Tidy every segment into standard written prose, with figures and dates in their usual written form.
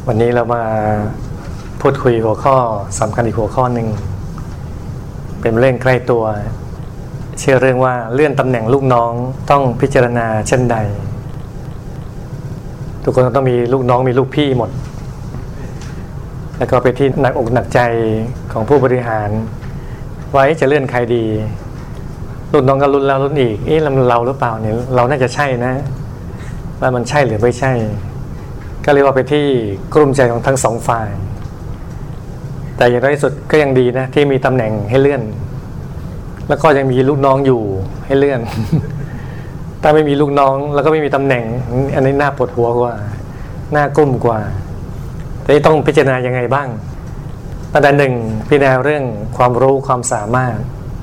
วันนี้เรามาพูดคุยหัวข้อสำคัญอีกหัวข้อหนึ่งเป็นเรื่องใกล้ตัวเชื่อเรื่องว่าเลื่อนตำแหน่งลูกน้องต้องพิจารณาเช่นใดทุกคนต้องมีลูกน้องมีลูกพี่หมดแล้วก็ไปที่หนักอกหนักใจของผู้บริหารไว้จะเลื่อนใครดีลูกน้องก็ลุ้นแล้วลุ้นอีกเราหรือเปล่าเนี่ยเราน่าจะใช่นะว่ามันใช่หรือไม่ใช่ก็เรียกว่าเป็นที่กลุ้มใจของทั้งสองฝ่ายแต่อย่างน้อยที่สุดก็ยังดีนะที่มีตำแหน่งให้เลื่อนแล้วก็ยังมีลูกน้องอยู่ให้เลื่อน ถ้าไม่มีลูกน้องแล้วก็ไม่มีตำแหน่งอันนี้น่าปวดหัวกว่าน่ากลุ้มกว่าแต่ต้องพิจารณายังไงบ้างประเด็นหนึ่งพิจารณาเรื่องความรู้ความสามารถ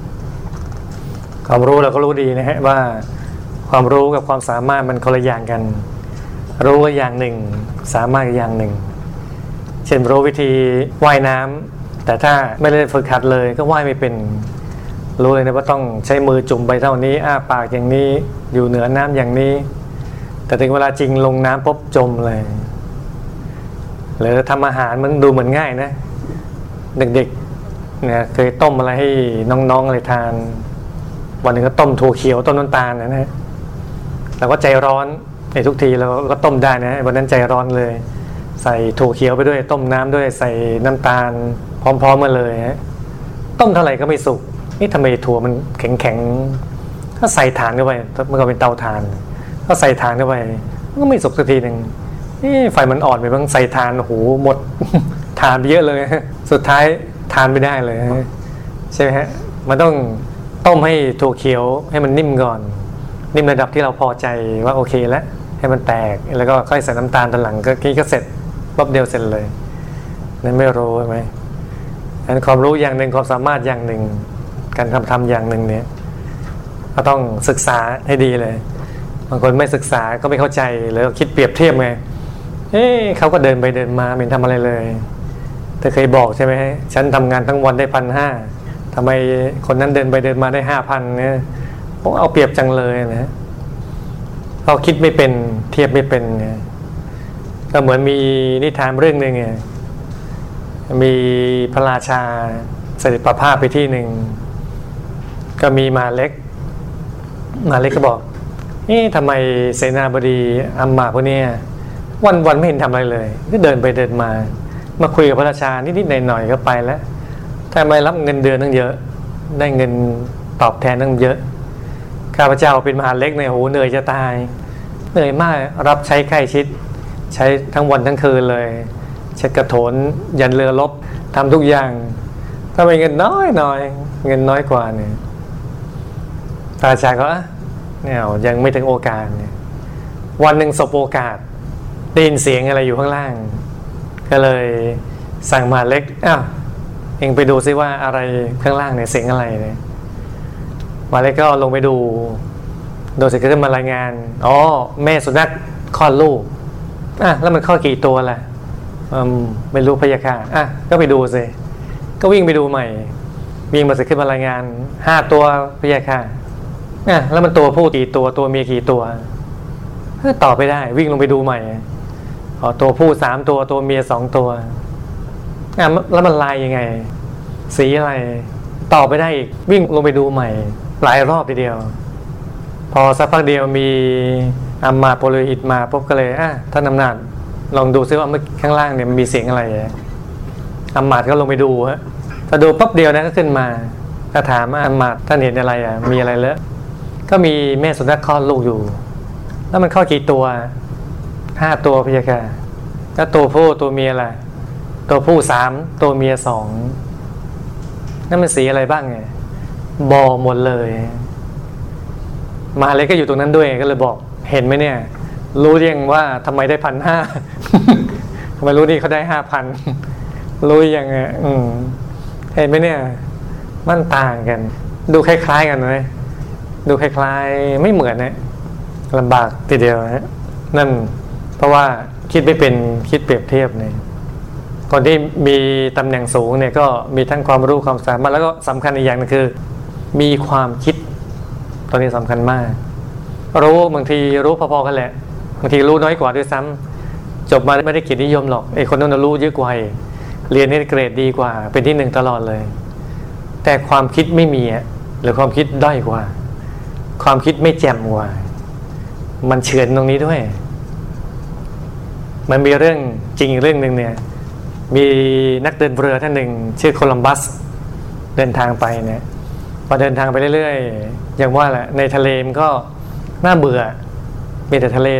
ความรู้เราก็รู้ดีนะฮะว่าความรู้กับความสามารถมันคนละอย่างกันรู้ก็อย่างหนึ่งสามารถอย่างหนึ่งเช่นรู้วิธีว่ายน้ำแต่ถ้าไม่ได้ฝึกหัดเลยก็ว่ายไม่เป็นรู้เลยนะว่าต้องใช้มือจุ่มไปเท่านี้อ้าปากอย่างนี้อยู่เหนือน้ำอย่างนี้แต่ถึงเวลาจริงลงน้ำปุ๊บจมเลยหรือทำอาหารมันดูเหมือนง่ายนะเด็กๆเนี่ยเคยต้มอะไรให้น้องๆอะไรทานวันหนึ่งก็ต้มถั่วเขียวต้มน้ำตาลนะเราก็ใจร้อนในทุกทีเราก็ต้มได้นะวันนั้นใจร้อนเลยใส่ถั่วเขียวไปด้วยต้มน้ำด้วยใส่น้ำตาลพร้อมๆกันเลยฮะต้มเท่าไหร่ก็ไม่สุกนี่ทำไมถั่วมันแข็งๆถ้าใส่ถ่านเข้าไปมันก็เป็นเตาถ่านถ้าใส่ถ่านเข้าไปมันก็ไม่สุกสักทีหนึ่งไฟมันอ่อนไปบ้างใส่ถ่านโอ้โหหมดถ่านไปเยอะเลยสุดท้ายทานไม่ได้เลยใช่ไหมฮะมันต้องต้มให้ถั่วเขียวให้มันนิ่มก่อนนิ่มระดับที่เราพอใจว่าโอเคแล้วให้มันแตกแล้วก็ค่อยใส่น้ำตาลตอนหลังก็เสร็จรอบเดียวเสร็จเลยนั่นไม่รู้ใช่ไหมอันความรู้อย่างหนึ่งความสามารถอย่างหนึ่งการทำอย่างหนึ่งเนี่ยก็ต้องศึกษาให้ดีเลยบางคนไม่ศึกษาก็ไม่เข้าใจแล้วคิดเปรียบเทียบไงเขาก็เดินไปเดินมาไม่ทำอะไรเลยแต่เคยบอกใช่ไหมฉันทำงานทั้งวันได้1,500ทำไมคนนั้นเดินไปเดินมาได้5,000เนี่ยผมเอาเปรียบจังเลยนะเราคิดไม่เป็นเทียบไม่เป็นเนี่ยก็เหมือนมีนิทานเรื่องหนึ่งเนี่ยมีพระราชาเสด็จประพาสไปที่หนึ่งก็มีม้าเล็กก็บอกทำไมเสนาบดีอัมมาพวกนี้วันไม่เห็นทำอะไรเลยก็เดินไปเดินมาคุยกับพระราชานิดๆหน่อยๆก็ไปแล้วทำไมรับเงินเดือนตั้งเยอะได้เงินตอบแทนตั้งเยอะข้าพเจ้าเป็นมหาเล็กเนี่ยโหเหนื่อยจะตายเหนื่อยมากรับใช้ใกล้ชิดใช้ทั้งวันทั้งคืนเลยเช็ดกระโถนยันเรือรบทำทุกอย่างทำไมเงินน้อยเงินน้อยกว่าเนี่ยพระราชาก็เนี่ยยังไม่ถึงโอกาสเนี่ยวันหนึ่งสบโอกาสได้ยินเสียงอะไรอยู่ข้างล่างก็เลยสั่งมหาเล็กเองไปดูซิว่าอะไรข้างล่างเนี่ยเสียงอะไรเนี่ยมาเล็กก็ลงไปดูเสร็จก็ขึ้นมารายงานแม่สุนัขคลอดลูกแล้วมันคลอดกี่ตัวล่ะไม่รู้พะยะค่ะก็ไปดูสิก็วิ่งไปดูใหม่วิ่งมาเสร็จขึ้นมารายงาน5ตัวพะยะค่ะแล้วมันตัวผู้กี่ตัวเมียกี่ตัวตอบไปได้วิ่งลงไปดูใหม่ตัวผู้3ตัวเมีย2ตัวแล้วมันลายยังไงสีอะไรตอบไปได้อีกวิ่งลงไปดูใหม่หลายรอบทีเดียวพอสักพักเดียวมีอัมมาโปโลหิตมาปุ๊บก็เลยท่านอำนาจลองดูซิว่าเมื่อข้างล่างเนี่ยมันมีเสียงอะไรอัมมาก็ลงไปดูพอดูปั๊บเดียวนะก็ขึ้นมาก็ถามอัมมาท่านเห็นอะไรมีอะไรเลอะก็มีแม่สุนัขคลอดลูกอยู่แล้วมันคลอดกี่ตัว5ตัวพี่ค่ะแล้วตัวผู้ตัวเมียล่ะตัวผู้3ตัวเมีย2นั่นมันสีอะไรบ้างไงบอหมดเลยมาเลยก็อยู่ตรงนั้นด้วยก็เลยบอกเห็นไหมเนี่ยรู้ยังว่าทำไมได้1,500ทำไมรู้นี่เขาได้5,000รู้ยังไงเห็นไหมเนี่ยมันต่างกันดูคล้ายๆกันเลยดูคล้ายๆไม่เหมือนนะลำบากทีเดียวนะนั่นเพราะว่าคิดไม่เป็นคิดเปรียบเทียบเนี่ยคนที่มีตำแหน่งสูงเนี่ยก็มีทั้งความรู้ความสามารถแล้วก็สำคัญอีกอย่างนึงคือมีความคิดตอนนี้สำคัญมากรู้บางทีรู้พอๆกันแหละบางทีรู้น้อยกว่าด้วยซ้ำจบมาไม่ได้เกียรตินิยมหรอกไอ้คนนั้นรู้เยอะกว่าเรียนได้เกรดดีกว่าเป็นที่หนึ่งตลอดเลยแต่ความคิดไม่มีหรือความคิดด้อยกว่าความคิดไม่แจ่มกว่ามันเฉือนตรงนี้ด้วยมันมีเรื่องจริงเรื่องนึงเนี่ยมีนักเดินเรือท่านหนึ่งชื่อโคลัมบัสเดินทางไปเนี่ยพอเดินทางไปเรื่อยๆอย่างว่าแหละในทะเลมันก็น่าเบื่อมีแต่ทะเล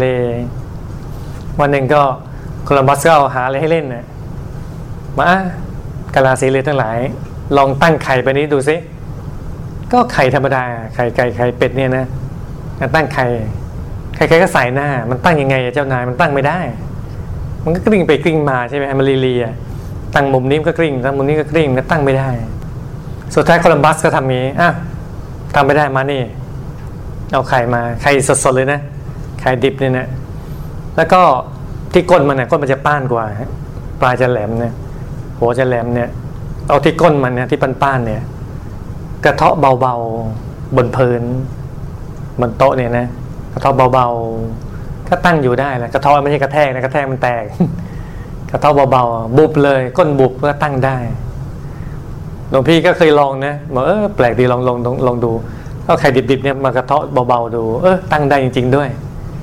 วันหนึ่งก็โคลัมบัสก็หาอะไรให้เล่นเนี่ยมากะลาสีเรือทั้งหลายลองตั้งไข่ไปนี้ดูซิก็ไข่ธรรมดาไข่ไก่ไข่เป็ดเนี่ยนะตั้งไข่ใครๆก็ใส่หน้ามันตั้งยังไงเจ้านายมันตั้งไม่ได้มันก็กลิ้งไปกลิ้งมาใช่ไหมมันลีตั้งมุมนี้ก็กลิ้งตั้งมุมนี้ก็กลิ้งมันตั้งไม่ได้สุดท้ายโคลัมบัสก็ทำงี้ทำไม่ได้มานี่เอาไข่มาไข่สดๆเลยนะไข่ดิบเนี่ยนะแล้วก็ที่ก้นมันก้นมันจะป้านกว่าปลายจะแหลมเนี่ยหัวจะแหลมเนี่ยเอาที่ก้นมันเนี่ยที่ป้านเนี่ยกระเทาะเบาๆบนพื้นบนโต๊ะเนี่ยนะกระเทาะเบาๆก็ตั้งอยู่ได้แหละกระเทาะไม่ใช่กระแทกนะกระแทกมันแตกกระเทาะเบาๆบุบเลยก้นบุบก็ตั้งได้หลวงพี่ก็เคยลองนะบอกแปลกดีลองดูก็ไข่ดิบๆเนี่ยมากระเทาะเบาๆดูตั้งได้จริงๆด้วย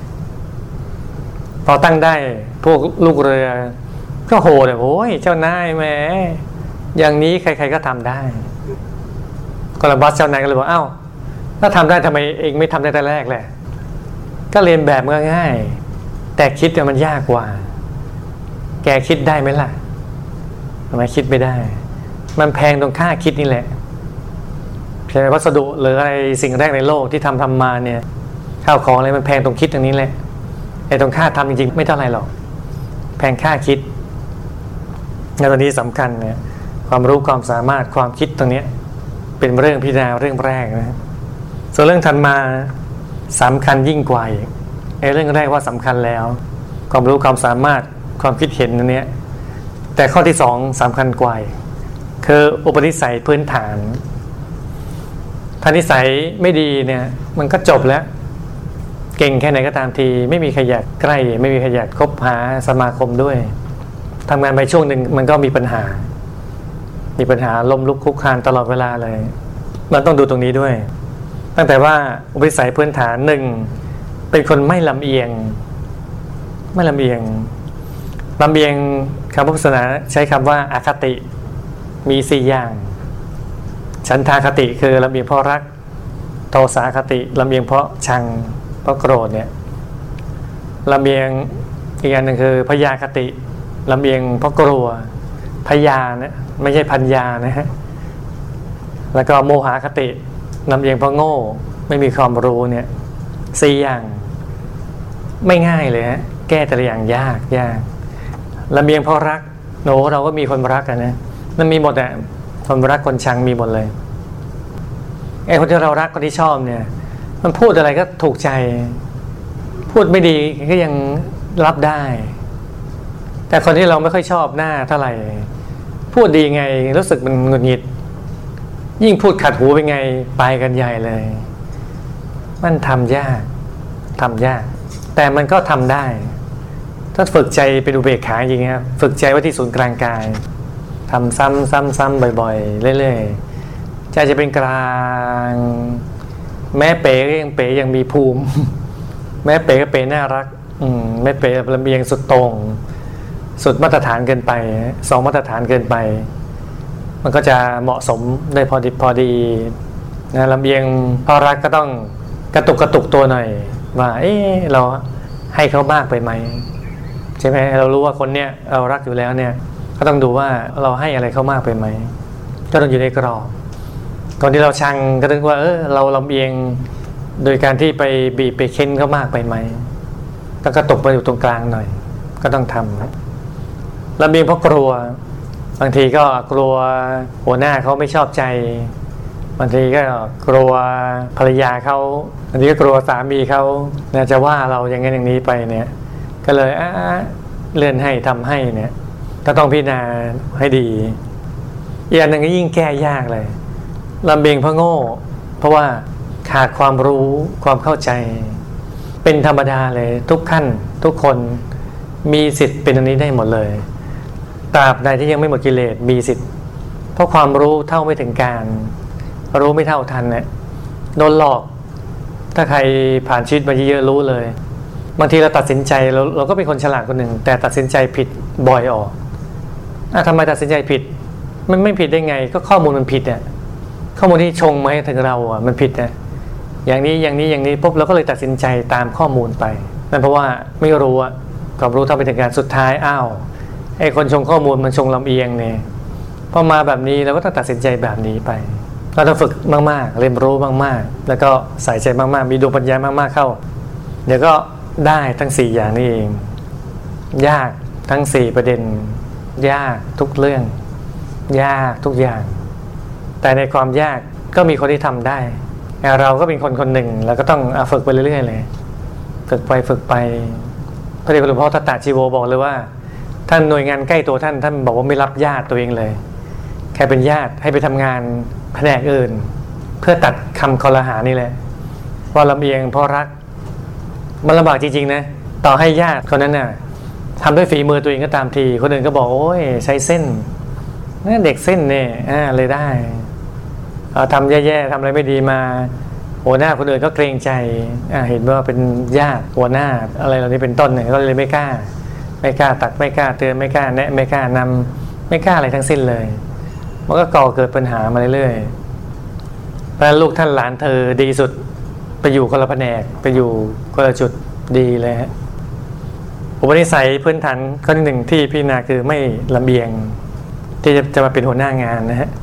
พอตั้งได้พวกลูกเรือก็โหเลยโอ้ยเจ้านายแหมอย่างนี้ใครๆก็ทำได้โคลัมบัสเจ้านายก็เลยบอกถ้าทำได้ทำไมเองไม่ทำได้แต่แรกแหละก็เรียนแบบมันง่ายแต่คิดมันยากกว่าแกคิดได้ไหมล่ะทำไมคิดไม่ได้มันแพงตรงค่าคิดนี่แหละใช่วัสดุหรืออะไรสิ่งแรกในโลกที่ทำมาเนี่ยข้าวของอะไรมันแพงตรงคิดตรงนี้แหละไอ้ตรงค่าทำจริงๆไม่เท่าไหร่หรอกแพงค่าคิดในตอนนี้สำคัญเนี่ยความรู้ความสามารถความคิดตรงนี้เป็นเรื่องพิจารณาเรื่องแรกนะส่วนเรื่องถัดมาสำคัญยิ่งกว่าไอ้เรื่องแรกว่าสำคัญแล้วความรู้ความสามารถความคิดเห็นอันนี้แต่ข้อที่สองสำคัญกว่าคืออุปนิสัยพื้นฐานถ้านิสัยไม่ดีเนี่ยมันก็จบแล้วเก่งแค่ไหนก็ตามทีไม่มีใครอยากใกล้ไม่มีใครอยากคบหาสมาคมด้วยทำงานไปช่วงหนึ่งมันก็มีปัญหาล้มลุกคลุกคลานตลอดเวลาเลยมันต้องดูตรงนี้ด้วยตั้งแต่ว่าอุปนิสัยพื้นฐานหนึ่งเป็นคนไม่ลำเอียงคำพุทธศาสนาใช้คำว่าอคติมี4อย่างฉันทาคติคือลำเอียงเพราะรักโทสาคติลำเอียงเพราะชังเพราะโกรธเนี่ยลำเอียงอีกอย่างหนึ่งคือพยาคติลำเอียงเพราะกลัวพยาเนี่ยไม่ใช่พัญญานะฮะแล้วก็โมหคติลำเอียงเพราะโง่ไม่มีความรู้เนี่ย4อย่างไม่ง่ายเลยฮะแก้แต่ละอย่างยากลำเอียงเพราะรักเราก็มีคนรักกันนะมันมีหมดอะคนรักคนชังมีหมดเลยไอ้คนที่เรารักคนที่ชอบเนี่ยมันพูดอะไรก็ถูกใจพูดไม่ดีก็ยังรับได้แต่คนที่เราไม่ค่อยชอบหน้าเท่าไหร่พูดดีไงรู้สึกมันหงุดหงิดยิ่งพูดขัดหูไปไงไปกันใหญ่เลยมันทำยากแต่มันก็ทำได้ถ้าฝึกใจเป็นอุเบกขาจริงครับฝึกใจไว้ที่ศูนย์กลางกายทำซ้ำบ่อยๆเรื่อยๆใจจะเป็นกลางแม้เป๋ก็ยังเป๋ยังมีภูมิแม้เป๋ก็เป๋น่ารักแม้เป๋ลำเอียงสุดตรงสุดมาตรฐานเกินไป2มาตรฐานเกินไปมันก็จะเหมาะสมได้พอดีนะลำเอียงเพราะรักก็ต้องกระตุกตัวหน่อยว่าเราให้เขามากไปไหมใช่ไหมเรารู้ว่าคนเนี้ยเรารักอยู่แล้วเนี่ยก็ต้องดูว่าเราให้อะไรเขามากไปไหมก็ต้องอยู่ในกรอบก่อนที่เราชังก็ต้องว่าเราลำเอียงโดยการที่ไปบีบไปเค้นเขามากไปไหมต้องกระตุกไปอยู่ตรงกลางหน่อยก็ต้องทำลำเอียงเพราะกลัวบางทีก็กลัวหัวหน้าเขาไม่ชอบใจบางทีก็กลัวภรรยาเขาบางทีก็กลัวสามีเขาจะว่าเราอย่างนั้นอย่างนี้ไปเนี่ยก็เลยเลื่อนให้ทำให้เนี่ยก็ต้องพิจารณาให้ดีอีกอันหนึ่งก็ยิ่งแก้ยากเลยลำเอียงเพราะโง่เพราะว่าขาดความรู้ความเข้าใจเป็นธรรมดาเลยทุกขั้นทุกคนมีสิทธิ์เป็นอันนี้ได้หมดเลยตราบใดที่ยังไม่หมดกิเลสมีสิทธิ์เพราะความรู้เท่าไม่ถึงการรู้ไม่เท่าทันเนี่ยโดนหลอกถ้าใครผ่านชีวิตมาเยอะๆรู้เลยบางทีเราตัดสินใจเราก็เป็นคนฉลาดคนหนึ่งแต่ตัดสินใจผิดบ่อยออกทำไมตัดสินใจผิดมันไม่ผิดได้ไงก็ข้อมูลมันผิดเนี่ยข้อมูลที่ชงมาให้ถึงเรามันผิดเนี่ยอย่างนี้ปุ๊บเราก็เลยตัดสินใจตามข้อมูลไปนั่นเพราะว่าไม่รู้ความรู้เท่าไม่ถึงการสุดท้ายไอ้คนชงข้อมูลมันชงลำเอียงเนี่ยพอมาแบบนี้เราก็ต้องตัดสินใจแบบนี้ไปเราต้องฝึกมากๆเรียนรู้มากๆแล้วก็ใส่ใจมากๆมีดวงปัญญามากๆเข้าเดี๋ยวก็ได้ทั้ง4อย่างนี้เองยากทั้ง4ประเด็นยากทุกเรื่องยากทุกอย่างแต่ในความยากก็มีคนที่ทำได้เราก็เป็นคนหนึ่งแล้วก็ต้องฝึกไปเรื่อยๆเลยฝึกไปพระเดชพระคุณหลวงพ่อทัตตาชีโวบอกเลยว่าท่านหน่วยงานใกล้ตัวท่านบอกว่าไม่รับญาติตัวเองเลยแค่เป็นญาติให้ไปทำงานแผนกอื่นเพื่อตัดคำคอรหานี่แหละว่าลำเอียงเพราะรักมันลำบากจริงๆนะต่อให้ญาติคนนั้นน่ะทำด้วยฝีมือตัวเองก็ตามทีคนอื่นก็บอกโอ้ยใช้เส้นนี่เด็กเส้นเนี่ยเลยได้ทำแย่ๆทำอะไรไม่ดีมาหัวหน้าคนอื่นก็เกรงใจเห็นว่าเป็นญาติหัวหน้าอะไรเหล่านี้เป็นต้นเนี่ยก็เลยไม่กล้าตักไม่กล้าเตือนไม่กล้าแนะไม่กล้านำไม่กล้าอะไรทั้งสิ้นเลยมันก็ก่อเกิดปัญหามาเรื่อยๆเพราะลูกท่านหลานเธอดีสุดไปอยู่คนละแผนกไปอยู่คนละจุดดีเลยฮะอุปนิสัยพื้นฐานข้อที่1ที่พิจารณาคือไม่ลำเอียงที่จะมาเป็นหัวหน้างานนะฮะ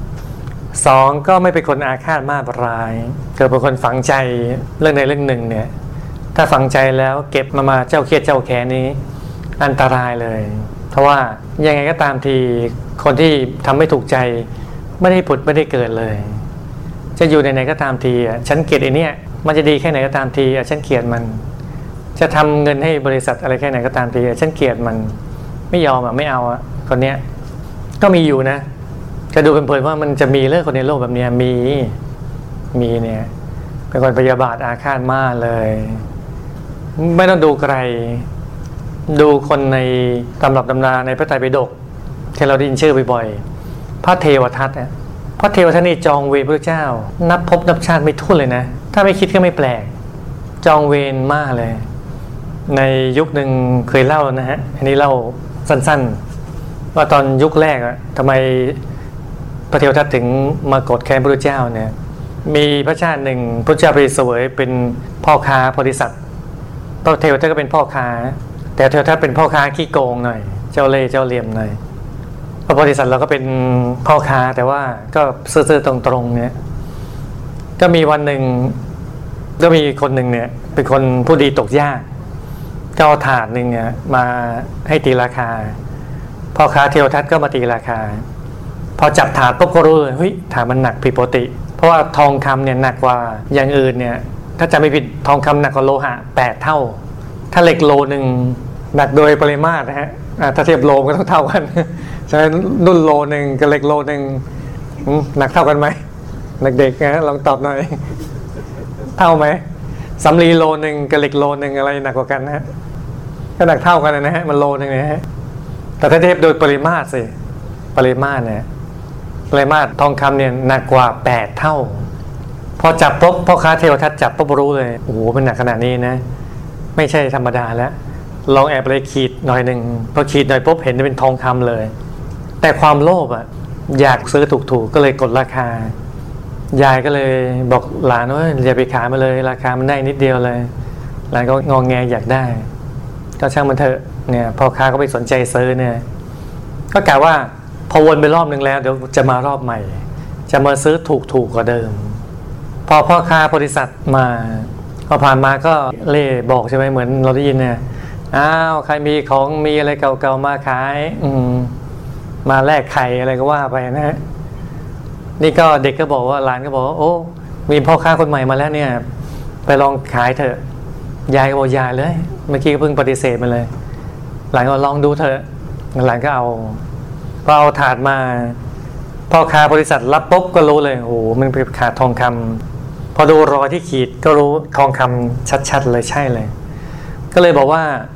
2ก็ไม่เป็นคนอาฆาตมาร้ายเกิดเป็นคนฝังใจเรื่องใดเรื่องหนึ่งเนี่ยถ้าฝังใจแล้วเก็บมาเจ้าเครียดเจ้าแค้นนี้อันตรายเลยเพราะว่ายังไงก็ตามทีคนที่ทำไม่ถูกใจไม่ได้ผุดไม่ได้เกิดเลยจะอยู่ไหนๆก็ตามทีฉันเกลียดไอ้นี่มันจะดีแค่ไหนก็ตามทีฉันเกลียดมันจะทำเงินให้บริษัทอะไรแค่ไหนก็ตามทีฉันเกลียดมันไม่ยอมไม่เอาคนเนี้ยก็มีอยู่นะจะดูเป็นเผยว่ามันจะมีเรื่องคนในโลกแบบนี้มีเนี่ยเป็นคนพยาบาทอาฆาตมากเลยไม่ต้องดูไกลดูคนในตำรับตำราในพระไตรปิฎกที่เราได้ยินชื่อบ่อยๆพระเทวทัตเนี่ยพระเทวทัตนี่จองเวรพระเจ้านับภพนับชาติไม่ถ้วนเลยนะถ้าไม่คิดก็ไม่แปลกจองเวรมากเลยในยุคหนึ่งเคยเล่านะฮะอันนี้เล่าสั้นๆว่าตอนยุคแรกทำไมพระเทวทัตถึงมากดแค้นพระเจ้าเนี่ยมีพระชาติหนึ่งพระเจ้าไปเสวยเป็นพ่อค้าโพธิสัตว์พระเทวทัตก็เป็นพ่อค้าแต่เทวทัตเป็นพ่อค้าขี้โกงหน่อยเจ้าเล่ห์เจ้าเหลี่ยมหน่อยพระโพธิสัตว์เราก็เป็นพ่อค้าแต่ว่าก็ซื่อๆตรงๆเนี่ยก็มีวันหนึ่งก็มีคนหนึ่งเนี่ยเป็นคนผู้ดีตกยากก็เอาถาดหนึ่งเนี่ยมาให้ตีราคาพ่อค้าเทวทัตก็มาตีราคาพอจับถาดปุ๊บก็รู้เลยเฮ้ยถาดมันหนักผิดปกติเพราะว่าทองคำเนี่ยหนักกว่าอย่างอื่นเนี่ยถ้าจำไม่ผิดทองคำหนักกว่าโลหะ8 เท่าถ้าเหล็กโลนึงหนักโดยปริมาตรนะฮะถ้าเทียบโลก็ต้องเท่ากันฉะนั้นรุ่นโลนึงกับเหล็กโลนึงหนักเท่ากันไหมเด็กๆนะลองตอบหน่อยเท่าไหมสำลีโลนึงกับเหล็กโลนึงอะไรหนักกว่ากันนะฮะก็หนักเท่ากันนะฮะมันโลนึงนะฮะแต่ถ้าเทียบโดยปริมาตรสิปริมาตรเนี่ยปริมาตรทองคำเนี่ยหนักกว่า8 เท่าพอจับปุ๊บพ่อค้าเทวทัตจับปุ๊บรู้เลยโอ้โหมันหนักขนาดนี้นะไม่ใช่ธรรมดาแล้วลองแอบเลยขีดหน่อยหนึ่งพอขีดหน่อยปุ๊บเห็นเป็นทองคำเลยแต่ความโลภอยากซื้อถูกๆก็เลยกดราคายายก็เลยบอกหลานว่าอย่าไปขายมาเลยราคามันได้นิดเดียวเลยหลานก็งอแงอยากได้ก็ช่างมันเถอะเนี่ยพ่อค้าก็ไม่สนใจซื้อเนี่ยก็กล่าวว่าพอวนไปรอบนึงแล้วเดี๋ยวจะมารอบใหม่จะมาซื้อถูกกว่าเดิมพอพ่อค้าโพธิสัตว์มาพอผ่านมาก็เล่บอกใช่ไหมเหมือนเราได้ยินเนี่ยอ้าวใครมีของมีอะไรเก่าๆมาขายมาแลกไข่อะไรก็ว่าไปนะฮะนี่ก็เด็กก็บอกว่าหลานก็บอกว่าโอ้มีพ่อค้าคนใหม่มาแล้วเนี่ยไปลองขายเถอะยายก็บอกยายเลยเมื่อกี้ก็เพิ่งปฏิเสธมาเลยหลานก็ลองดูเถอะหลานก็เอาพอเอาถาดมาพ่อค้าบริษัทรับปุ๊บก็รู้เลยโอ้มันเป็นขาดทองคำพอดูรอยที่ขีดก็รู้ทองคำชัดๆเลยใช่เลยก็เลยบอกว่า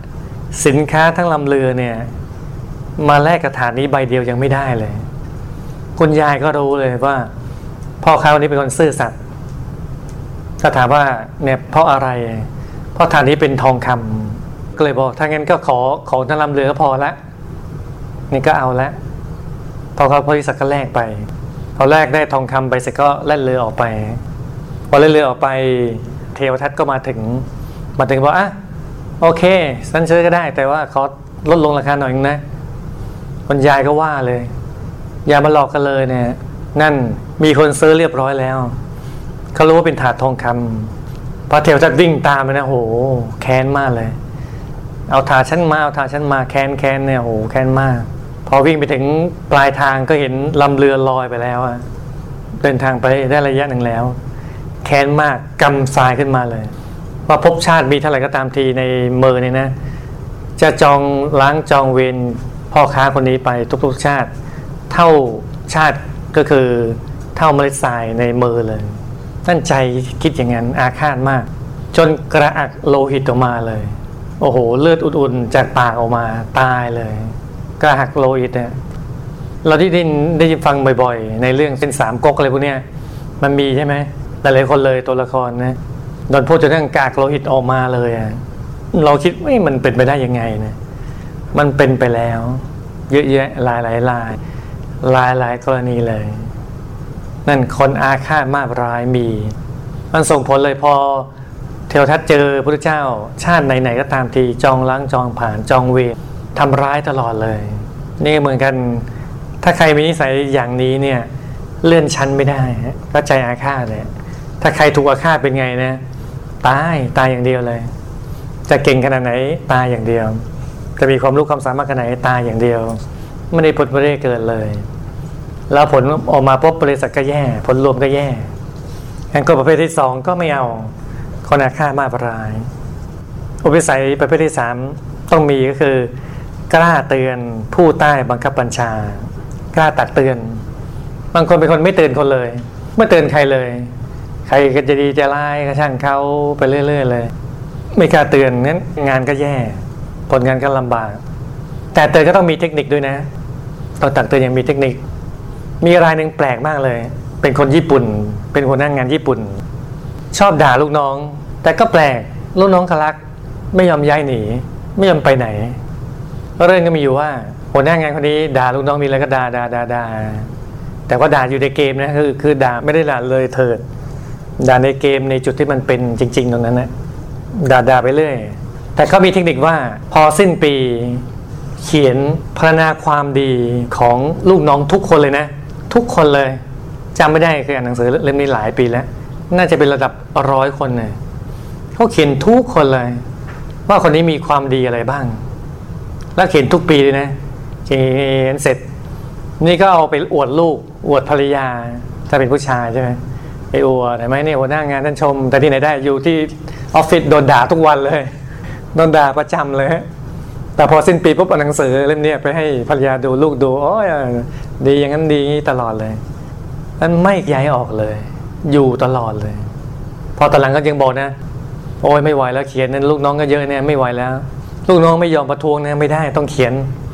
สินค้าทั้งลำเรือเนี่ยมาแลกกับถาดนี้ใบเดียวยังไม่ได้เลยคุณยายก็รู้เลยว่าพ่อค้าคนนี้เป็นคนซื่อสัตย์ถ้าถามว่าเนี่ยเพราะอะไรเพราะถาดนี้เป็นทองคำก็เลยบอกถ้างั้นก็ขอของทั้งลำเรือก็พอละนี่ก็เอาละพอเขาบริษัทก็แลกไปพอแลกได้ทองคำไปเสร็จก็แล่นเรือออกไปพอแล่นเรือออกไปเทวทัตก็มาถึงบอกอ่ะโอเคฉันซื้อก็ได้แต่ว่าขอลดลงราคาหน่อยนึงนะคุณยายก็ว่าเลยอย่ามาหลอกกันเลยเนี่ยนั่นมีคนซื้อเรียบร้อยแล้วเขารู้ว่าเป็นถาดทองคำพอเทวทัตวิ่งตามไปนะโหแค้นมากเลยเอาถาดฉันมาแค้นเนี่ยโหแค้นมากพอวิ่งไปถึงปลายทางก็เห็นลำเรือลอยไปแล้วอะเดินทางไปได้ระยะหนึ่งแล้วแค้นมากกำทรายขึ้นมาเลยว่าภพชาติมีเท่าไหร่ก็ตามทีในมือเนี่ยนะจะจองล้างจองเวรพ่อค้าคนนี้ไปทุกชาติเท่าชาติก็คือเท่าเมล็ดทรายในมือเลยตั้งใจคิดอย่างนั้นอาฆาตมากจนกระอักโลหิตออกมาเลยโอ้โหเลือดอุ่นๆจากปากออกมาตายเลยกระหักโลหิตเนี่ยเราได้ยินฟังบ่อยๆในเรื่องเส้นสามก๊กอะไรพวกเนี้ยมันมีใช่ไหมหลายๆคนเลยตัวละครนะโดนพูดจนเรื่องกากโลหิตออกมาเลยอ่ะเราคิดว่ามันเป็นไปได้ยังไงนะมันเป็นไปแล้วเยอะแยะหลายกรณีเลยนั่นคนอาฆาตมาร้ายมีมันส่งผลเลยพอเทวทัตเจอพระพุทธเจ้าชาติไหนๆก็ตามทีจองล้างจองผ่านจองเวรทำร้ายตลอดเลยนี่เหมือนกันถ้าใครมีนิสัยอย่างนี้เนี่ยเลื่อนชั้นไม่ได้ก็ใจอาฆาตเลยถ้าใครถูกอาฆาตเป็นไงนะตายอย่างเดียวเลยจะเก่งขนาดไหนตายอย่างเดียวจะมีความรู้ความสามารถขนาดไหนตายอย่างเดียวไม่ได้ผลไม่ได้เกิดเลยแล้วผลออกมาปุ๊บบริษัทก็แย่ผลรวมก็แย่งั้นก็ประเภทที่สองก็ไม่เอาคนอาฆาตมาร้ายอุปนิสัยประเภทที่สามต้องมีก็คือกล้าเตือนผู้ใต้บังคับบัญชากล้าตักเตือนบางคนเป็นคนไม่เตือนคนเลยไม่เตือนใครเลยใครก็จะดีจะร้ายก็ช่างเขาไปเรื่อยๆเลยไม่กล้าเตือนงั้นงานก็แย่ผลงานก็ลำบากแต่เตือนก็ต้องมีเทคนิคด้วยนะต้องตักเตือนอย่างมีเทคนิคมีรายหนึ่งแปลกมากเลยเป็นคนญี่ปุ่นเป็นหัวหน้างานญี่ปุ่นชอบด่าลูกน้องแต่ก็แปลกลูกน้องคลักไม่ยอมย้ายหนีไม่ยอมไปไหนเรื่องก็มีอยู่ว่าหัวหน้างานคนนี้ด่าลูกน้องมีอะไรก็ด่าแต่ว่าด่าอยู่ในเกมนะคือด่าไม่ได้ด่าเลยเถิดด่าในเกมในจุดที่มันเป็นจริงๆตรงนั้นนะด่าไปเรื่อยแต่เขามีเทคนิคว่าพอสิ้นปีเขียนพรรณนาความดีของลูกน้องทุกคนเลยนะทุกคนเลยจำไม่ได้คืออ่านหนังสือเล่มนี้หลายปีแล้วน่าจะเป็นระดับ100 คนเลยเขาเขียนทุกคนเลยว่าคนนี้มีความดีอะไรบ้างแล้วเขียนทุกปีเลยนะเขียนเสร็จนี่ก็เอาไปอวดลูกอวดภรรยาถ้าเป็นผู้ชายใช่ไหมไอ้อวดเห็นไหมเนี่ยหัวหน้างานท่านชมแต่ที่ไหนได้อยู่ที่ออฟฟิศโดนด่าทุกวันเลยโดนด่าประจำเลยแต่พอสิ้นปีปุ๊บเอาหนังสือเล่มนี้ไปให้ภรรยาดูลูกดูโอ้ยดีอย่างนั้นดีตลอดเลยนั่นไม่ย้ายออกเลยอยู่ตลอดเลยพอตอนหลังก็ยังบอกนะโอ้ยไม่ไหวแล้วเขียนนั้นลูกน้องก็เยอะเนี่ยไม่ไหวแล้วลูกน้องไม่ยอมประท้วงนะไม่ได้ต้องเขียน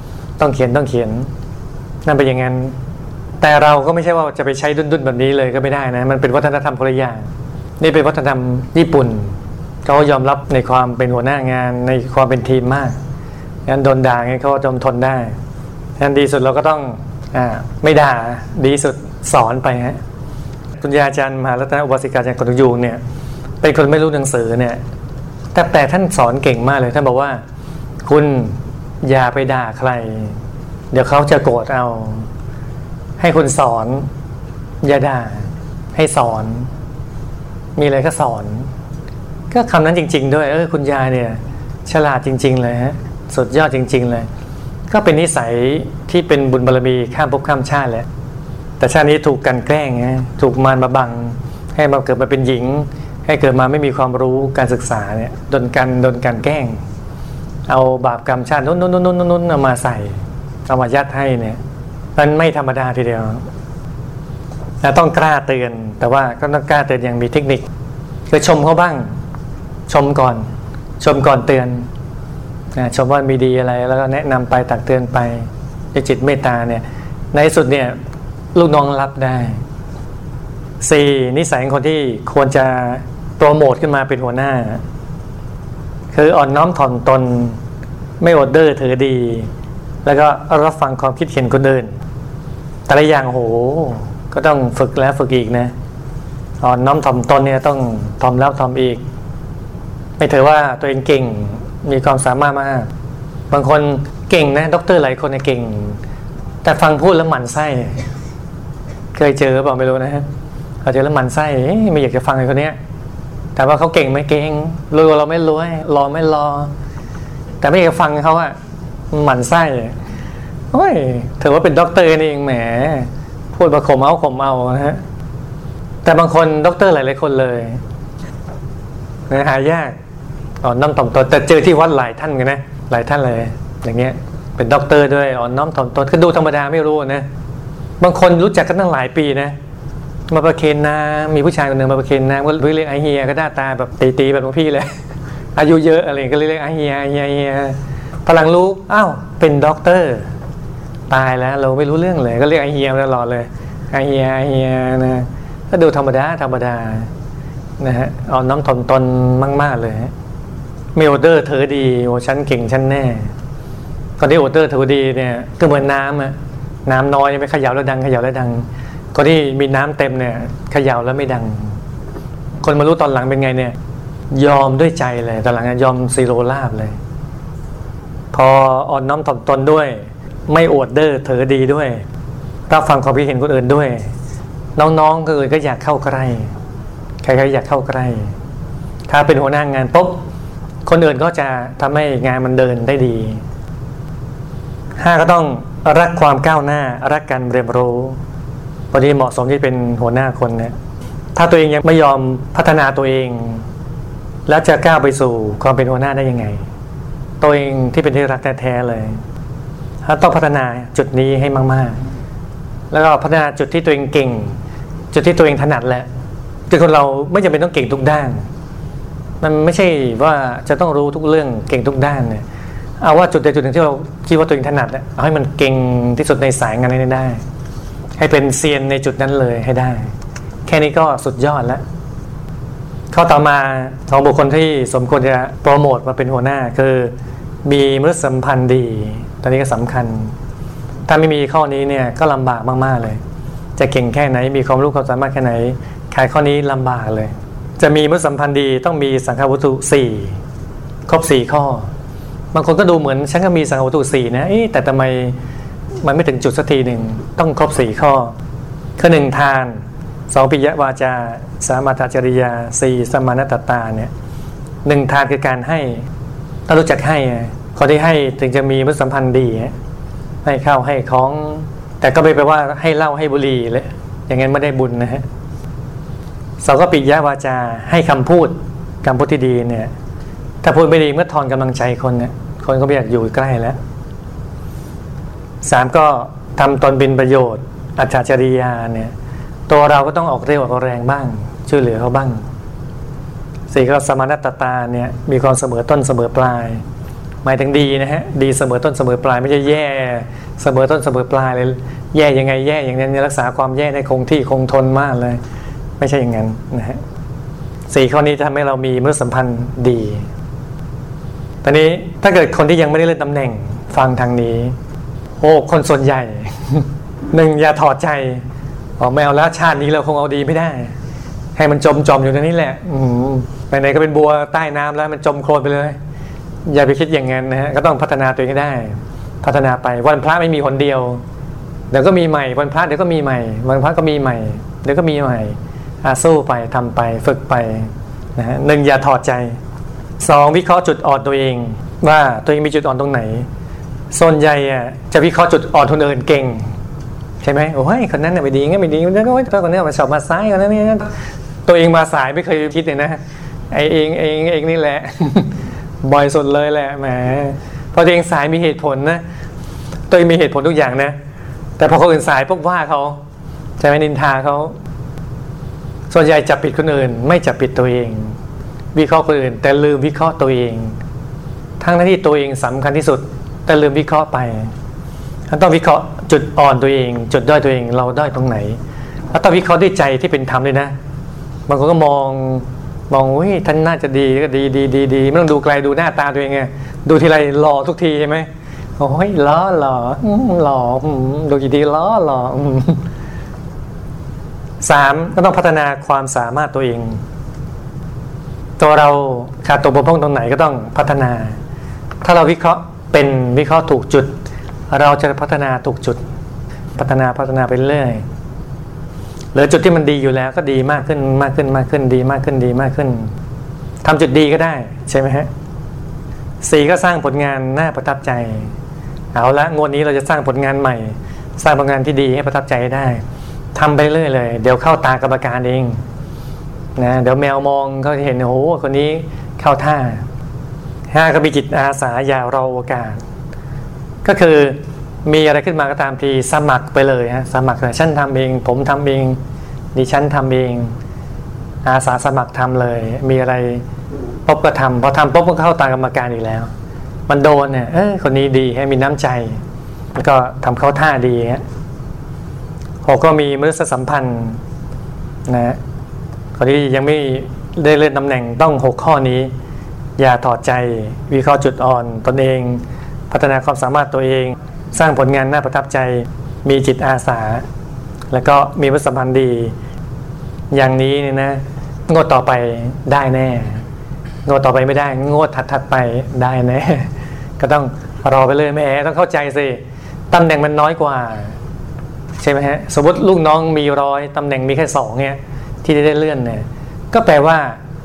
นั่นเป็นอย่างนั้นแต่เราก็ไม่ใช่ว่าจะไปใช้ดุนแบบนี้เลยก็ไม่ได้นะมันเป็นวัฒนธรรมคนละอย่างนี่เป็นวัฒนธรรมญี่ปุ่นเขายอมรับในความเป็นหัวหน้างานในความเป็นทีมมากงั้นโดนด่าไงเขาจำทนได้งั้นดีสุดเราก็ต้องไม่ด่าดีสุดสอนไปฮะคุณยาอาจารย์มหารัตนอุบาสิกาอาจารย์กนกยูงเนี่ยเป็นคนไม่รู้หนังสือเนี่ยแต่ท่านสอนเก่งมากเลยท่านบอกว่าคุณอย่าไปด่าใครเดี๋ยวเขาจะโกรธเอาให้คุณสอนอย่าด่าให้สอนมีอะไรก็สอนก็คำนั้นจริงๆด้วยคุณยายเนี่ยฉลาดจริงๆเลยฮะสุดยอดจริงๆเลยก็เป็นนิสัยที่เป็นบุญบารมีข้ามภพข้ามชาติแหละแต่ชาตินี้ถูกกันแกล้งถูกมารมาบังให้มาเกิดมาเป็นหญิงให้เกิดมาไม่มีความรู้การศึกษาเนี่ยโดนกันแกล้งเอาบาปกรรมชาตินู้นเอามาใส่เอามายัดให้เนี่ยมันไม่ธรรมดาทีเดียวต้องกล้าเตือนแต่ว่าก็ต้องกล้าเตือนอย่างมีเทคนิคคือชมเขาบ้างชมก่อนเตือนชมว่ามีดีอะไรแล้วก็แนะนำไปตักเตือนไปด้วยจิตเมตตาเนี่ยในที่สุดเนี่ยลูกน้องรับได้ 4. นิสัยของคนที่ควรจะโปรโมทขึ้นมาเป็นหัวหน้าคืออ่อนน้อมถ่อมตนไม่อดเด้อถือดีแล้วก็รับฟังความคิดเห็นคนอื่นแต่ละอย่างโหก็ต้องฝึกแล้วฝึกอีกนะอ่อนน้อมถ่อมตนเนี่ยต้องถ่อมแล้วถ่อมอีกไม่ถือว่าตัวเองเก่งมีความสามารถมากบางคนเก่งนะด็อกเตอร์หลายคนเก่งแต่ฟังพูดแล้วหมั่นไส้เคยเจอเปล่าไม่รู้นะฮะเขาเจอแล้วหมั่นไส้ไม่อยากจะฟังไอ้คนเนี้ยแต่ว่าเขาเก่งไม่เก่งรู้เราไม่รู้รอไม่รอแต่ไม่อยากจะฟังเขาอะหมั่นไส้โอ้ยถือว่าเป็นด็อกเตอร์นี่เองแหมพูดมาข่มเอานะฮะแต่บางคนด็อกเตอร์หลายๆคนเลยนะหายากอ่อนน้อมถ่อมตนแต่เจอที่วัดหลายท่านกันนะหลายท่านเลยอย่างเงี้ยเป็นด็อกเตอร์ด้วยอ่อนน้อมถ่อมตนคือดูธรรมดาไม่รู้นะบางคนรู้จักกันตั้งหลายปีนะมาประเคนน้ำมีผู้ชายคนหนึ่งมาประเคนน้ำก็เรียกไอเฮียก็หน้าตาแบบตีแบบหลวงพี่เลยอายุเยอะอะไรก็เรียกไอเฮียพลังรู้อ้าวเป็นด็อกเตอร์ตายแล้วเราไม่รู้เรื่องเลยก็เรียกไอเฮียตลอดเลยไอเฮียนะก็ดูธรรมดานะฮะอ่อนน้อมถ่อมตนมากๆเลยมีออเดอร์เธอดีโอ้ฉันเก่งฉันแน่คนที่ออเดอร์เธอดีเนี่ยก็เหมือนน้ำอะน้ำน้อยไม่เขย่าแล้วดังคนที่มีน้ำเต็มเนี่ยเขย่าแล้วไม่ดังคนมารู้ตอนหลังเป็นไงเนี่ยยอมด้วยใจเลยตอนหลังยอมซีโรราบเลยพออ่อนน้อมถ่อมตนด้วยไม่อวดเด้อเธอดีด้วยรับฟังความคิดเห็นคนอื่นด้วยน้องๆคนอื่นก็อยากเข้าใกล้ใครๆอยากเข้าใกล้ถ้าเป็นหัวหน้างานปุ๊บคนอื่นก็จะทำให้งานมันเดินได้ดี 5ก็ต้องรักความก้าวหน้ารักการเรียนรู้พอดีเหมาะสมที่เป็นหัวหน้าคนเนี่ยถ้าตัวเองยังไม่ยอมพัฒนาตัวเองแล้วจะก้าวไปสู่ความเป็นหัวหน้าได้ยังไงตัวเองที่เป็นที่รักแท้ๆเลยต้องพัฒนาจุดนี้ให้มากๆแล้วก็พัฒนาจุดที่ตัวเองเก่งจุดที่ตัวเองถนัดแหละคือคนเราไม่จำเป็นต้องเก่งทุกด้านมันไม่ใช่ว่าจะต้องรู้ทุกเรื่องเก่งทุกด้านเนี่ยเอาว่าจุดใดจุดหนึ่งที่เราคิดว่าตัวเองถนัดเอาให้มันเก่งที่สุดในสายงานนั้นได้ให้เป็นเซียนในจุดนั้นเลยให้ได้แค่นี้ก็สุดยอดแล้วข้อต่อมาของบุคคลที่สมควรจะโปรโมทมาเป็นหัวหน้าคือมีมนุษยสัมพันธ์ดีตอนนี้ก็สำคัญถ้าไม่มีข้อนี้เนี่ยก็ลำบากมากๆเลยจะเก่งแค่ไหนมีความรู้ความสามารถแค่ไหนขายข้อนี้ลำบากเลยจะมีมนุษยสัมพันธ์ดีต้องมีสังฆวัตถุ4ครบ4ข้อบางคนก็ดูเหมือนฉันก็มีสังฆวัตถุ4นะแต่ทำไมมันไม่ถึงจุดสักทีหนึ่งต้องครบ4ข้อคือ1ทาน2ปิยวาจา3มัทธจริยา4สมานตตาเนี่ย1ทานคือการให้ต้องรู้จักให้คนที่ให้ถึงจะมีมนุษยสัมพันธ์ดีให้ข้าวให้ของแต่ก็ไม่แปลว่าให้เหล้าให้บุหรี่เลยอย่างนั้นไม่ได้บุญนะฮะ2ก็ปิยวาจาให้คำพูดที่ดีเนี่ยถ้าพูดไม่ดีเมื่อทอนกำลังใจคนเนี่ยคนก็ไม่อยากอยู่ใกล้แล้ว3ก็ทำตนเป็นประโยชน์อัจฉริยะเนี่ยตัวเราก็ต้องออกเรี่ยวออกแรงบ้างช่วยเหลือเขาบ้าง4ก็สมานตตาเนี่ยมีความเสมอต้นเสมอปลายหมายถึงดีนะฮะดีเสมอต้นเสมอปลายไม่ใช่แย่เสมอต้นเสมอปลายเลยแย่ยังไงแย่อย่างนั้นรักษาความแย่ได้คงที่คงทนมากเลยไม่ใช่อย่างนั้นนะฮะ4ข้อนี้ทำให้เรามีมนุษยสัมพันธ์ดีตอนนี้ถ้าเกิดคนที่ยังไม่ได้เลื่อนตำแหน่งฟังทางนี้คนส่วนใหญ่ 1อย่าถอดใจไม่เอาแล้วชาตินี้เราคงเอาดีไม่ได้ให้มันจมอยู่ในนี้แหละไหนๆก็เป็นบัวใต้น้ำแล้วมันจมโคลนไปเลยอย่าไปคิดอย่างนั้นนะฮะก็ต้องพัฒนาตัวเองให้ได้พัฒนาไปวันพระไม่มีคนเดียวเดี๋ยวก็มีใหม่วันพระเดี๋ยวก็มีใหม่วันพระก็มีใหม่เดี๋ยวก็มีใหม่สู้ไปทำไปฝึกไปนะฮะ1อย่าถอดใจ2วิเคราะห์จุดอ่อนตัวเองว่าตัวเองมีจุดอ่อนตรงไหนส่วนใหญ่จะวิเคราะห์จุดอ่อนคนอื่นเก่งใช่ไหมโอ้ยคนนั้นไม่ดีงั้นไม่ดีคนนี้มาสอบมาซ้ายคนนั้นนี่ตัวเองมาสายไม่เคยคิดเลยนะไอเองนี่แหละ บ่อยสุดเลยแหละแหมพอตัวเองสายมีเหตุผลนะตัวเองมีเหตุผลทุกอย่างนะแต่พอคนอื่นสายพวกว่าเขาใช่ไหมนินทาเขาส่วนใหญ่จับผิดคนอื่นไม่จับผิดตัวเองวิเคราะห์คนอื่นแต่ลืมวิเคราะห์ตัวเองทั้งที่ตัวเองสำคัญที่สุดแต่ลืมวิเคราะห์ไปต้องวิเคราะห์จุดอ่อนตัวเองจุดด้อยตัวเองเราด้อยตรงไหนแล้วต้องวิเคราะห์ด้วยใจที่เป็นธรรมเลยนะบางคนก็มองท่านน่าจะดีก็ดีไม่ต้องดูไกลดูหน้าตาตัวเองไงดูทีไรหล่อทุกทีใช่ไหมโอ้ยหล่อหล่อดูกี่ทีหล่อ3ก็ต้องพัฒนาความสามารถตัวเองตัวเราขาดตกบกพร่องตรงไหนก็ต้องพัฒนาถ้าเราวิเคราะห์เป็นวิเคราะห์ถูกจุดเราจะพัฒนาถูกจุดพัฒนาไปเรื่อยหรือจุดที่มันดีอยู่แล้วก็ดีมากขึ้นดีมากขึ้นทำจุดดีก็ได้ใช่ไหมฮะ4ก็สร้างผลงานน่าประทับใจเอาละงวดนี้เราจะสร้างผลงานใหม่สร้างผลงานที่ดีให้ประทับใจได้ทำไปเรื่อยเลยเดี๋ยวเข้าตากรรมการเองนะเดี๋ยวแมวมองเขาเห็นโอ้โหคนนี้เข้าท่า5ก็มีจิตอาสาอย่ารอโอกาสก็คือมีอะไรขึ้นมาก็ตามทีสมัครไปเลยฮะสมัครเลยฉันทำเองผมทำเองดิฉันทำเองอาสาสมัครทำเลยมีอะไรปุ๊บก็ทำพอทำปุ๊บก็เข้าตามกรรมการอีกแล้วมันโดนเนี่ยคนนี้ดีให้มีน้ำใจแล้วก็ทำเข้าท่าดีฮะ6ก็มีมนุษยสัมพันธ์นะคนที่ยังไม่ได้เลื่อนตำแหน่งต้อง6ข้อนี้อย่าถอดใจวิเคราะห์จุดอ่อนตนเองพัฒนาความสามารถตัวเองสร้างผลงานน่าประทับใจมีจิตอาสาแล้วก็มีมนุษยสัมพันธ์ดีอย่างนี้เนี่ยนะงวดต่อไปได้แน่งวดต่อไปไม่ได้งวดถัดไปได้แน่ก็ต้องรอไปเลยแม่ต้องเข้าใจสิตำแหน่งมันน้อยกว่าใช่ไหมฮะสมมติลูกน้องมี100ตำแหน่งมีแค่2เนี่ยที่ได้เลื่อนเนี่ยก็แปลว่า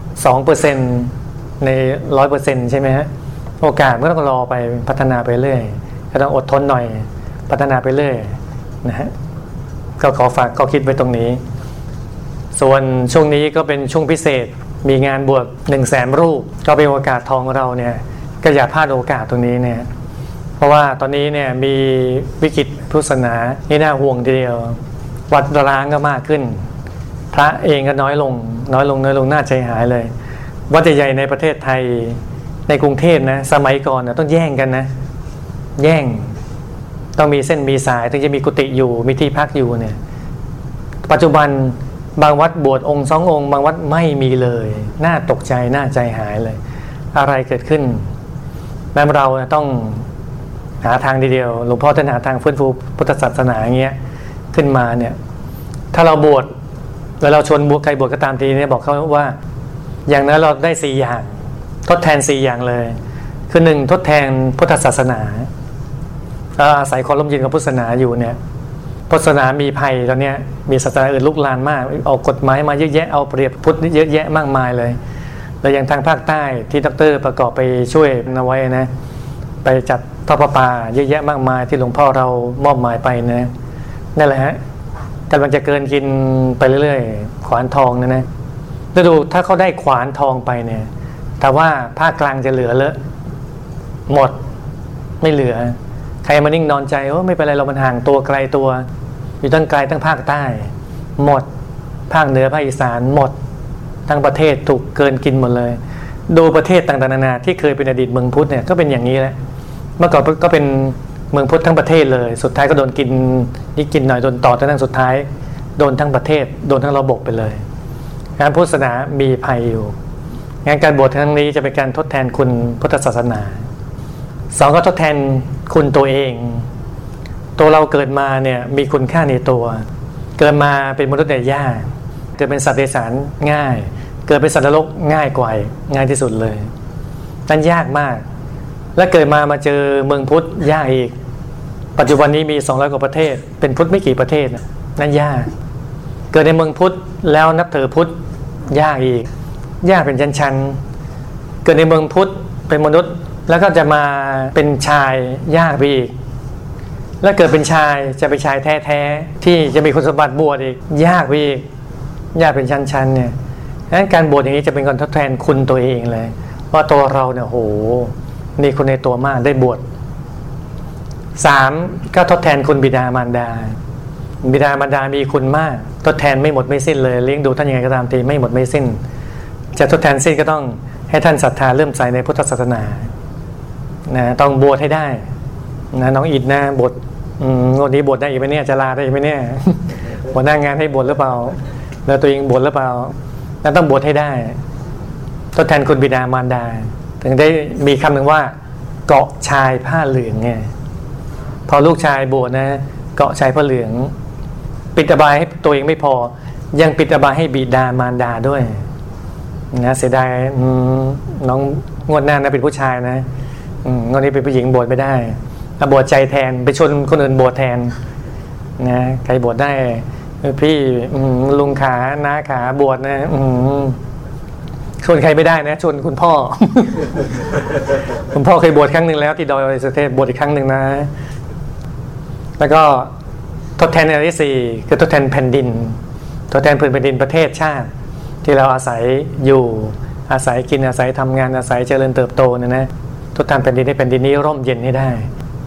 2% ใน 100% ใช่ไหมฮะโอกาสก็ต้องรอไปพัฒนาไปเรื่อยก็ต้องอดทนหน่อยพัฒนาไปเรื่อยนะฮะก็ขอฝากก็คิดไว้ตรงนี้ส่วนช่วงนี้ก็เป็นช่วงพิเศษมีงานบวช100,000 รูปก็เป็นโอกาสทองเราเนี่ยก็อย่าพลาดโอกาสตรงนี้เนี่ยเพราะว่าตอนนี้เนี่ยมีวิกฤตพุทธศาสนาที่น่าห่วงทีเดียววัดร้างก็มากขึ้นพระเองก็น้อยลงน่าใจหายเลยวัดใหญ่ๆในประเทศไทยในกรุงเทพนะสมัยก่อนนะต้องแย่งกันนะแย่งต้องมีเส้นมีสายถึงจะมีกุฏิอยู่มีที่พักอยู่เนี่ยปัจจุบันบางวัดบวชองค์2 องค์บางวัดไม่มีเลยน่าตกใจน่าใจหายเลยอะไรเกิดขึ้นแม้เราต้องหาทางเดียวหลวงพ่อท่านหาทางฟื้นฟูพุทธศาสนาอย่างเงี้ยขึ้นมาเนี่ยถ้าเราบวชแล้วเราชวนบวชใครบวชก็ตามทีเนี่ยบอกเขาว่าอย่างนั้นเราได้4อย่างทดแทน4อย่างเลยคือ1ทดแทนพุทธศาสนาอาศัยความร่มเย็นของพุทธศาสนาอยู่เนี่ยพุทธศาสนามีภัยตอนนี้มีศาสนาอื่นลุกลานมากเอากฎหมายมาเยอะแยะเอาเปรียบพุทธเยอะแยะมากมายเลยแล้วอย่างทางภาคใต้ที่ดร.ประกอบไปช่วยเอาไว้นะไปจัดทอดประปาเยอะแยะมากมายที่หลวงพ่อเรามอบหมายไปนะนั่นแหละฮะกำลังจะเกินกินไปเรื่อยๆขวานทองนะแล้วดูถ้าเขาได้ขวานทองไปเนี่ยแต่ว่าภาคกลางจะเหลือเลอะหมดไม่เหลือใครมานิ่งนอนใจโอ้ไม่เป็นไรเรามันห่างตัวไกลตัวอยู่ตั้งไกลตั้งภาคใต้หมดภาคเหนือภาคอีสานหมดทั้งประเทศถูกเกินกินหมดเลยดูประเทศต่างๆนานาที่เคยเป็นอดีตเมืองพุทธเนี่ยก็เป็นอย่างนี้แหละเมื่อก่อนก็เป็นเมืองพุทธทั้งประเทศเลยสุดท้ายก็โดนกินนี่กินหน่อยโดนต่อจนสุดท้ายโดนทั้งประเทศโดนทั้งระบบไปเลยงานพุทธศาสนามีภัยอยู่งานการบวชครั้งนี้จะเป็นการทดแทนคุณพุทธศาสนา2ก็ทดแทนคุณตัวเองตัวเราเกิดมาเนี่ยมีคุณค่าในตัวเกิดมาเป็นมนุษย์เนี่ยยากเกิดเป็นสัตว์เดรัจฉานง่ายเกิดเป็นสัตว์นรกง่ายกว่าง่ายที่สุดเลยนั่นยากมากและเกิดมาเจอเมืองพุทธยากอีกปัจจุบันนี้มี200 กว่าประเทศเป็นพุทธไม่กี่ประเทศนั่นยากเกิดในเมืองพุทธแล้วนับถือพุทธยากอีกยากเป็นชั้นๆเกิดในเมืองพุทธเป็นมนุษย์แล้วก็จะมาเป็นชายยากไปอีกแล้วเกิดเป็นชายจะเป็นชายแท้ๆที่จะมีคุณสมบัติบวชอีกยากไปอีกยากเป็นชั้นๆเนี่ยดังนั้นการบวชอย่างนี้จะเป็นการทดแทนคุณตัวเองเลยว่าตัวเราเนี่ยโหนี่คุณในตัวมากได้บวช3ก็ทดแทนคุณบิดามารดาบิดามารดามีคุณมากทดแทนไม่หมดไม่สิ้นเลยเลี้ยงดูท่านยังไงก็ตามทีไม่หมดไม่สิ้นจะทดแทนสิ้นก็ต้องให้ท่านศรัทธาเริ่มใส่ในพุทธศาสนานะต้องบวชให้ได้นะน้องอิดนะบวชงวดนี้บวชได้อีกไหมเนี่ยจะลาได้อีกไหมเนี่ยหัวหน้างานให้บวชหรือเปล่าแล้วตัวเองบวชหรือเปล่าแล้วต้องบวชให้ได้ทดแทนคุณบิดามารดาถึงได้มีคำหนึ่งว่าเกาะชายผ้าเหลืองไงพอลูกชายบวชนะเกาะชายผ้าเหลืองปิดอบายให้ตัวเองไม่พอยังปิดอบายให้บิดามารดาด้วยนะเสียดายน้องงวดหน้านะเป็นผู้ชายนะงวดนี้เป็นผู้หญิงบวชไม่ได้บวชใจแทนไปชวนคนอื่นบวชแทนนะใครบวชได้พี่ลุงขาน้าขาบวชนะชวนใครไม่ได้นะชวนคุณพ่อ คุณพ่อเคยบวชครั้งหนึ่งแล้วที่ดอยสุเทพบวชอีกครั้งหนึ่งนะแล้วก็ทดแทนอันที่สี่คือทดแทนแผ่นดินทดแทนพื้นแผ่นดินประเทศชาติที่เราอาศัยอยู่อาศัยกินอาศัยทำงานอาศัยเจริญเติบโตนะทดแทนแผ่นดินให้แผ่นดินนี้ร่มเย็นให้ได้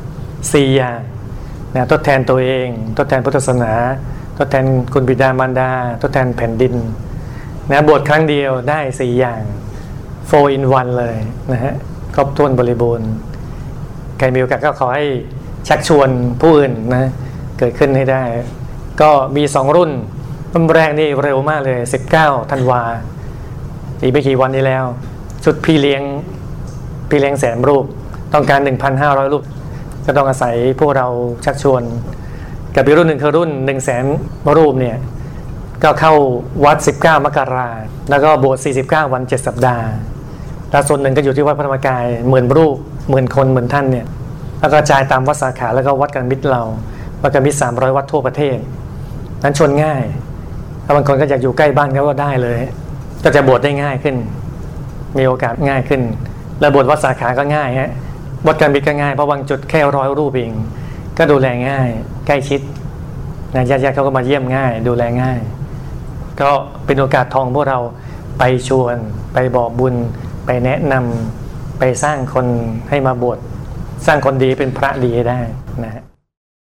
4อย่างนะทดแทนตัวเองทดแทนพุทธศาสนาทดแทนคุณบิดามารดาทดแทนแผ่นดินนะบวชครั้งเดียวได้4อย่าง4 in 1เลยนะฮะครบถ้วนบริบูรณ์ใครมีโอกาสก็ขอให้ชักชวนผู้อื่นนะเกิดขึ้นให้ได้ก็มี2รุ่นแรกนี่เร็วมากเลย19ธันวาอีกไม่กี่วันนี้แล้วชุดพี่เลี้ยงแสนรูปต้องการ 1,500 รูปก็ต้องอาศัยพวกเราชักชวนกับอีกรุ่นหนึ่งคือรุ่น 100,000 รูปเนี่ยก็เข้าวัด19มกราแล้วก็บวช49วัน7สัปดาห์แล้วส่วนหนึ่งก็อยู่ที่วัดพระธรรมกาย10,000 รูป10,000 คน10,000 ท่านเนี่ยแล้วก็กระจายตามวัดสาขาแล้วก็วัดกันมิตรเราวัดกันมิตร300วัดทั่วประเทศนั้นชวนง่ายถ้าบางคนก็อยากอยู่ใกล้บ้านก็ได้เลยก็จะบวชได้ง่ายขึ้นมีโอกาสง่ายขึ้นแล้วบวชวัดสาขาก็ง่ายฮะวัดกันมิตรก็ง่ายเพราะบางจุดแค่100 รูปเองก็ดูแลง่ายใกล้ชิดนะญาติๆเขาก็มาเยี่ยมง่ายดูแลง่ายก็เป็นโอกาสทองพวกเราไปชวนไปบอกบุญไปแนะนำไปสร้างคนให้มาบวชสร้างคนดีเป็นพระดีได้นะฮะ